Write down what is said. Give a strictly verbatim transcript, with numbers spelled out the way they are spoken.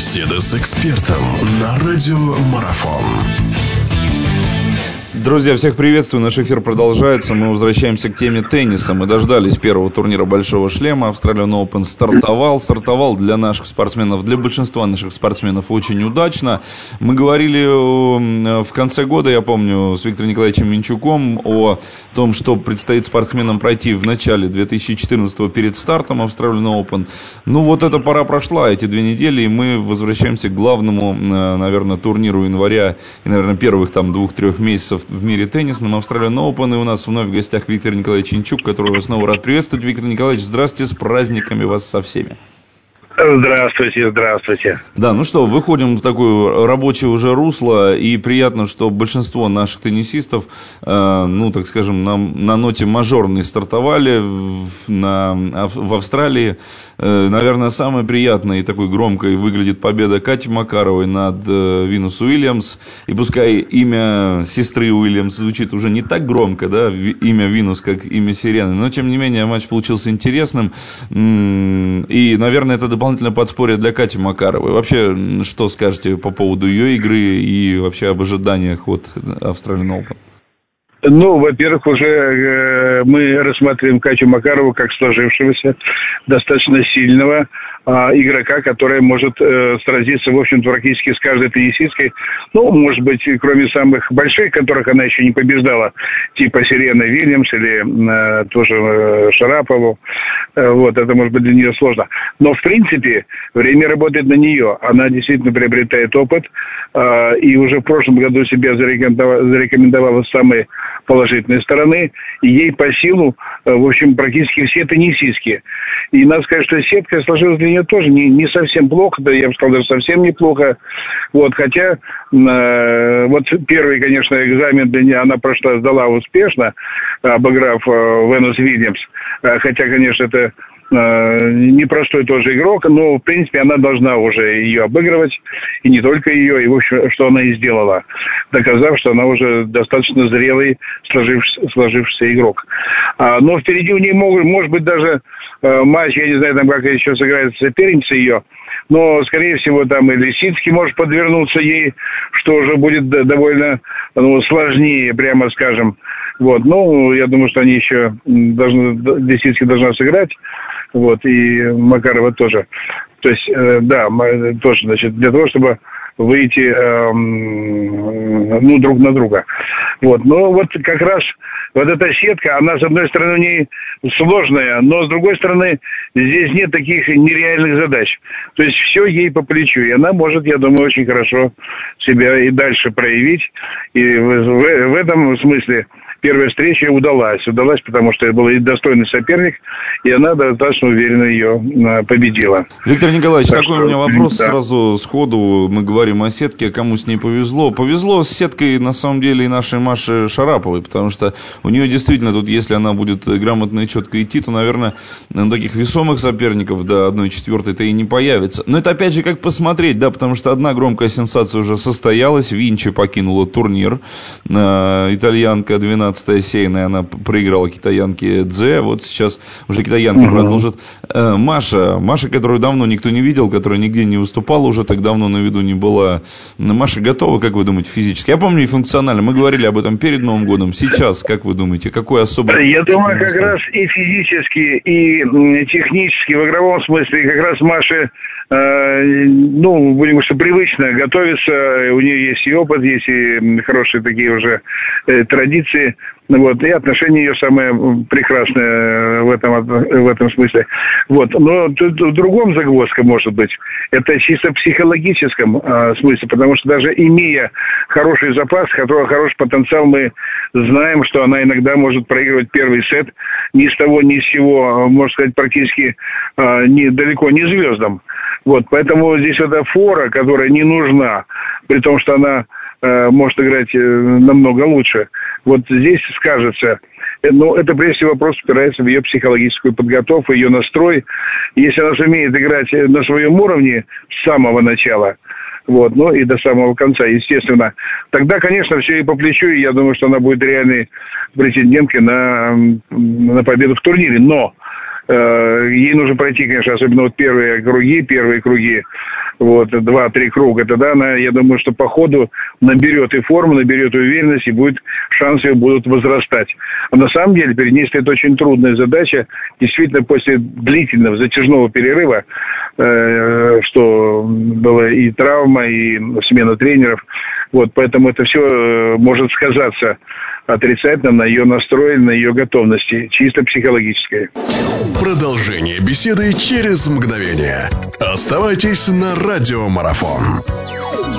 Беседа с экспертом на радио Марафон. Друзья, всех приветствую. Наш эфир продолжается. Мы возвращаемся к теме тенниса. Мы дождались первого турнира «Большого шлема». Australian Open стартовал. Стартовал для наших спортсменов, для большинства наших спортсменов очень удачно. Мы говорили в конце года, я помню, с Виктором Николаевичем Минчуком о том, что предстоит спортсменам пройти в начале две тысячи четырнадцатого перед стартом Australian Open. Ну вот эта пора прошла, эти две недели, и мы возвращаемся к главному, наверное, турниру января и, наверное, первых там двух-трех месяцев в мире теннисном, Australian Open, и у нас вновь в гостях Виктор Николаевич Инчук, которого я снова рад приветствовать. Виктор Николаевич, здравствуйте, с праздниками вас со всеми. Здравствуйте, здравствуйте. Да, ну что, выходим в такое рабочее уже русло, и приятно, что большинство наших теннисистов, э, ну, так скажем, на, на ноте мажорной стартовали в, на, в Австралии. Э, наверное, самой приятной и такой громкой выглядит победа Кати Макаровой над э, Винус Уильямс. И пускай имя сестры Уильямс звучит уже не так громко, да, имя Винус, как имя Сирены, но, тем не менее, матч получился интересным, и, наверное, это дополнительно подспорье для Кати Макаровой. Вообще, что скажете по поводу ее игры и вообще об ожиданиях от Australian Open? Ну, во-первых, уже э, мы рассматриваем Катю Макарову как сложившегося, достаточно сильного э, игрока, который может э, сразиться, в общем-то, практически с каждой теннисисткой. Ну, может быть, кроме самых больших, которых она еще не побеждала, типа Сирены Вильямс или э, тоже э, Шарапову. Э, вот, это может быть для нее сложно. Но, в принципе, время работает на нее. Она действительно приобретает опыт. Э, и уже в прошлом году себя зарекомендовала, зарекомендовала с самой положительной стороны, и ей по силу, в общем, практически все теннисистки. И надо сказать, что сетка сложилась для нее тоже не, не совсем плохо, да я бы сказал, даже совсем неплохо. Вот, хотя, э, вот первый, конечно, экзамен для нее она прошла, сдала успешно, обыграв э, Венус Вильямс. Э, хотя, конечно, это непростой тоже игрок, но, в принципе, она должна уже ее обыгрывать, и не только ее, и, в общем, что она и сделала, доказав, что она уже достаточно зрелый, сложившийся, сложившийся игрок. А, но впереди у нее могут, может быть даже э, матч, я не знаю, там как еще сыграет соперница ее, но, скорее всего, там и Лисицкий может подвернуться ей, что уже будет довольно ну, сложнее, прямо скажем. Вот, ну, я думаю, что они еще должны, Лисицкий должна сыграть. Вот, и Макарова тоже. То есть, э, да, тоже, значит, для того, чтобы выйти, э, ну, друг на друга. Вот, но вот как раз вот эта сетка, она, с одной стороны, у нее сложная, но, с другой стороны, здесь нет таких нереальных задач. То есть, все ей по плечу, и она может, я думаю, очень хорошо себя и дальше проявить. И в, в, в этом смысле первая встреча удалась. Удалась, потому что это был достойный соперник, и она достаточно уверенно ее победила. Виктор Николаевич, так такой что, у меня вопрос да. Сразу сходу. Мы говорим о сетке, кому с ней повезло. Повезло с сеткой, на самом деле, и нашей Маше Шараповой, потому что у нее действительно тут, если она будет грамотно и четко идти, то, наверное, таких весомых соперников до одной четвертой-то и не появится. Но это, опять же, как посмотреть, да, потому что одна громкая сенсация уже состоялась. Винчи покинула турнир. Итальянка двенадцатая сейная, она проиграла китаянке Дзе. Вот сейчас уже китаянка угу. продолжит. Маша, Маша, которую давно никто не видел, которая нигде не выступала, уже так давно на виду не была. Маша готова, как вы думаете, физически? Я помню, и функционально. Мы говорили об этом перед Новым годом. Сейчас, как вы думаете, какой особый... Я думаю, как раз и физически, и технически, в игровом смысле, как раз Маша, э, ну, будем говорить, что привычно готовится. У нее есть и опыт, есть и хорошие такие уже э, традиции. Вот, и отношение ее самое прекрасное в этом, в этом смысле. Вот. Но тут в другом загвоздка может быть. Это чисто в психологическом э, смысле, потому что даже имея хороший запас, хороший потенциал, мы знаем, что она иногда может проигрывать первый сет ни с того, ни с сего, можно сказать, практически э, не, далеко не звездам. Вот. Поэтому здесь эта фора, которая не нужна, при том, что она э, может играть намного лучше. Вот здесь скажется, но это прежде всего вопрос упирается в ее психологическую подготовку, ее настрой. Если она сумеет играть на своем уровне с самого начала, вот, ну и до самого конца, естественно, тогда, конечно, все ей по плечу, и я думаю, что она будет реальной претенденткой на, на победу в турнире. Но э, ей нужно пройти, конечно, особенно вот первые круги, первые круги вот, два-три круга, тогда она, я думаю, что по ходу наберет и форму, наберет уверенность, и будет, шансы ее будут возрастать. А на самом деле перед ней стоит очень трудная задача. Действительно, после длительного затяжного перерыва, э, что было и травма, и смена тренеров, вот, поэтому это все э, может сказаться отрицательно на ее настрое, на ее готовности, чисто психологической. Продолжение беседы через мгновение. Оставайтесь на Радио Марафон.